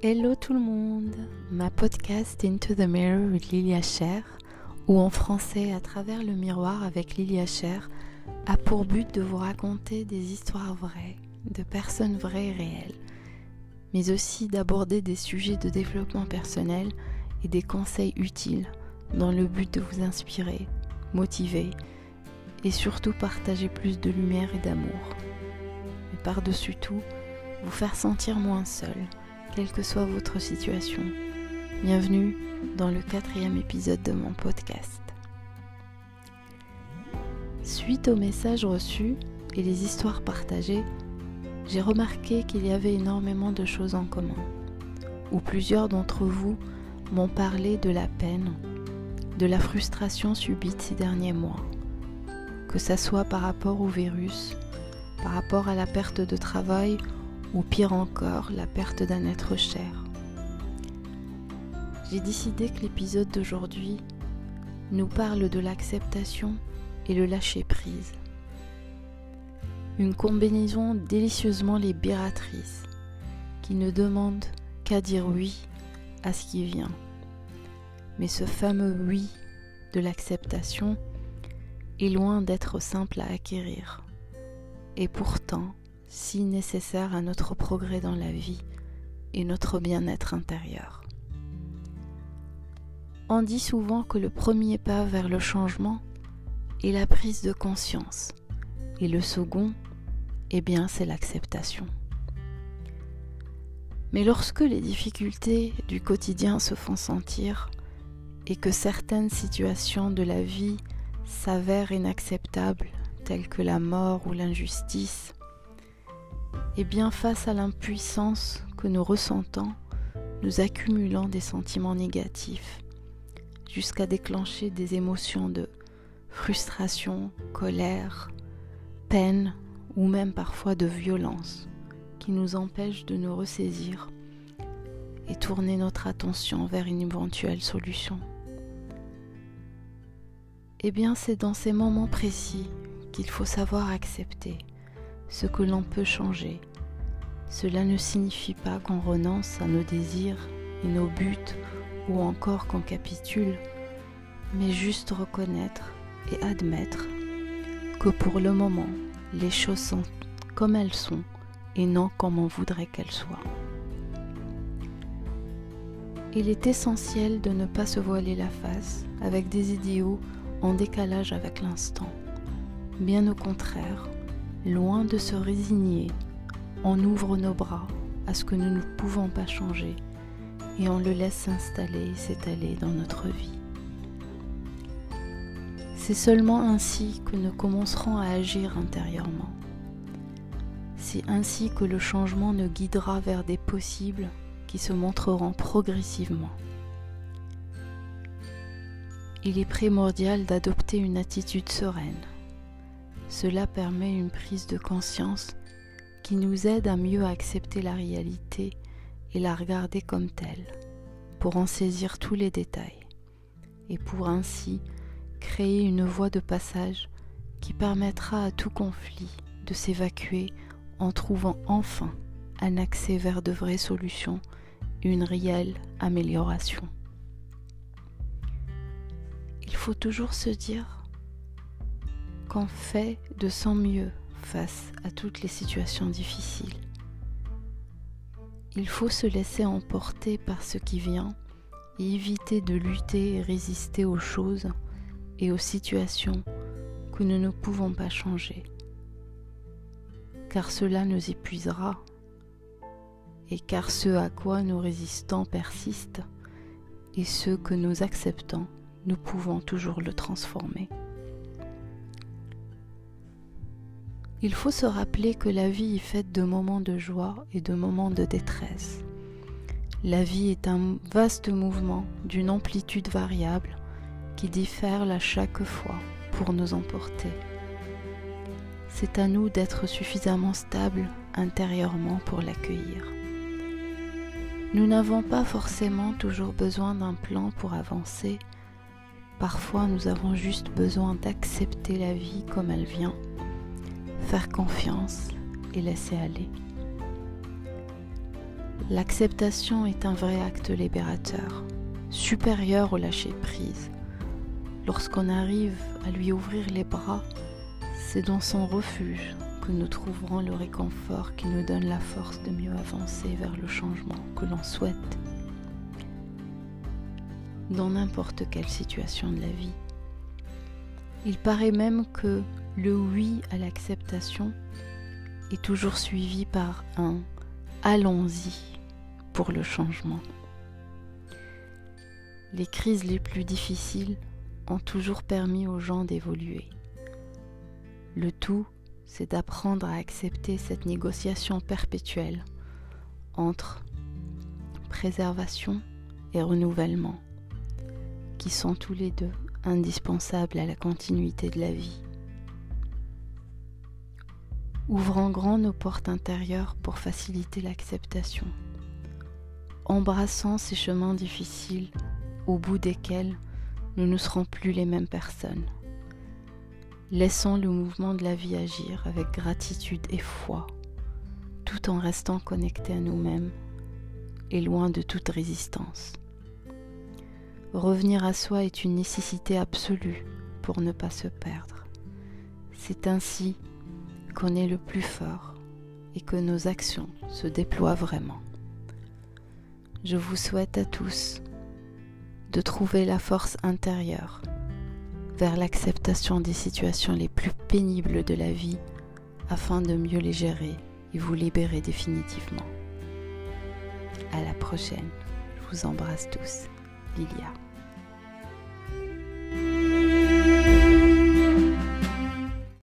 Hello tout le monde, ma podcast Into the Mirror with Lilia Cher, ou en français À travers le miroir avec Lilia Cher, a pour but de vous raconter des histoires vraies, de personnes vraies et réelles, mais aussi d'aborder des sujets de développement personnel et des conseils utiles dans le but de vous inspirer, motiver et surtout partager plus de lumière et d'amour. Mais par-dessus tout, vous faire sentir moins seul, quelle que soit votre situation. Bienvenue dans le 4e épisode de mon podcast. Suite aux messages reçus et les histoires partagées, j'ai remarqué qu'il y avait énormément de choses en commun, où plusieurs d'entre vous m'ont parlé de la peine, de la frustration subite ces derniers mois, que ça soit par rapport au virus, par rapport à la perte de travail ou pire encore, la perte d'un être cher. J'ai décidé que l'épisode d'aujourd'hui nous parle de l'acceptation et le lâcher-prise. Une combinaison délicieusement libératrice qui ne demande qu'à dire oui à ce qui vient. Mais ce fameux oui de l'acceptation est loin d'être simple à acquérir. Et pourtant, si nécessaire à notre progrès dans la vie et notre bien-être intérieur. On dit souvent que le premier pas vers le changement est la prise de conscience et le second, c'est l'acceptation. Mais lorsque les difficultés du quotidien se font sentir et que certaines situations de la vie s'avèrent inacceptables, telles que la mort ou l'injustice, face à l'impuissance que nous ressentons, nous accumulons des sentiments négatifs, jusqu'à déclencher des émotions de frustration, colère, peine ou même parfois de violence, qui nous empêchent de nous ressaisir et tourner notre attention vers une éventuelle solution. C'est dans ces moments précis qu'il faut savoir accepter ce que l'on peut changer. Cela ne signifie pas qu'on renonce à nos désirs et nos buts ou encore qu'on capitule, mais juste reconnaître et admettre que pour le moment, les choses sont comme elles sont et non comme on voudrait qu'elles soient. Il est essentiel de ne pas se voiler la face avec des idéaux en décalage avec l'instant. Bien au contraire, loin de se résigner, on ouvre nos bras à ce que nous ne pouvons pas changer et on le laisse s'installer et s'étaler dans notre vie. C'est seulement ainsi que nous commencerons à agir intérieurement. C'est ainsi que le changement nous guidera vers des possibles qui se montreront progressivement. Il est primordial d'adopter une attitude sereine. Cela permet une prise de conscience qui nous aide à mieux accepter la réalité et la regarder comme telle, pour en saisir tous les détails, et pour ainsi créer une voie de passage qui permettra à tout conflit de s'évacuer en trouvant enfin un accès vers de vraies solutions, une réelle amélioration. Il faut toujours se dire qu'on fait de son mieux face à toutes les situations difficiles. Il faut se laisser emporter par ce qui vient et éviter de lutter et résister aux choses et aux situations que nous ne pouvons pas changer, car cela nous épuisera et car ce à quoi nous résistons persiste et ce que nous acceptons, nous pouvons toujours le transformer. Il faut se rappeler que la vie est faite de moments de joie et de moments de détresse. La vie est un vaste mouvement d'une amplitude variable qui diffère à chaque fois pour nous emporter. C'est à nous d'être suffisamment stables intérieurement pour l'accueillir. Nous n'avons pas forcément toujours besoin d'un plan pour avancer. Parfois, nous avons juste besoin d'accepter la vie comme elle vient, faire confiance et laisser aller. L'acceptation est un vrai acte libérateur, supérieur au lâcher-prise. Lorsqu'on arrive à lui ouvrir les bras, c'est dans son refuge que nous trouverons le réconfort qui nous donne la force de mieux avancer vers le changement que l'on souhaite. Dans n'importe quelle situation de la vie. Il paraît même que le oui à l'acceptation est toujours suivi par un « allons-y » pour le changement. Les crises les plus difficiles ont toujours permis aux gens d'évoluer. Le tout, c'est d'apprendre à accepter cette négociation perpétuelle entre préservation et renouvellement, qui sont tous les deux indispensables à la continuité de la vie. Ouvrons grand nos portes intérieures pour faciliter l'acceptation, embrassant ces chemins difficiles au bout desquels nous ne serons plus les mêmes personnes. Laissons le mouvement de la vie agir avec gratitude et foi, tout en restant connectés à nous-mêmes et loin de toute résistance. Revenir à soi est une nécessité absolue pour ne pas se perdre. C'est ainsi qu'on est le plus fort et que nos actions se déploient vraiment. Je vous souhaite à tous de trouver la force intérieure vers l'acceptation des situations les plus pénibles de la vie afin de mieux les gérer et vous libérer définitivement. À la prochaine, je vous embrasse tous. Lilia.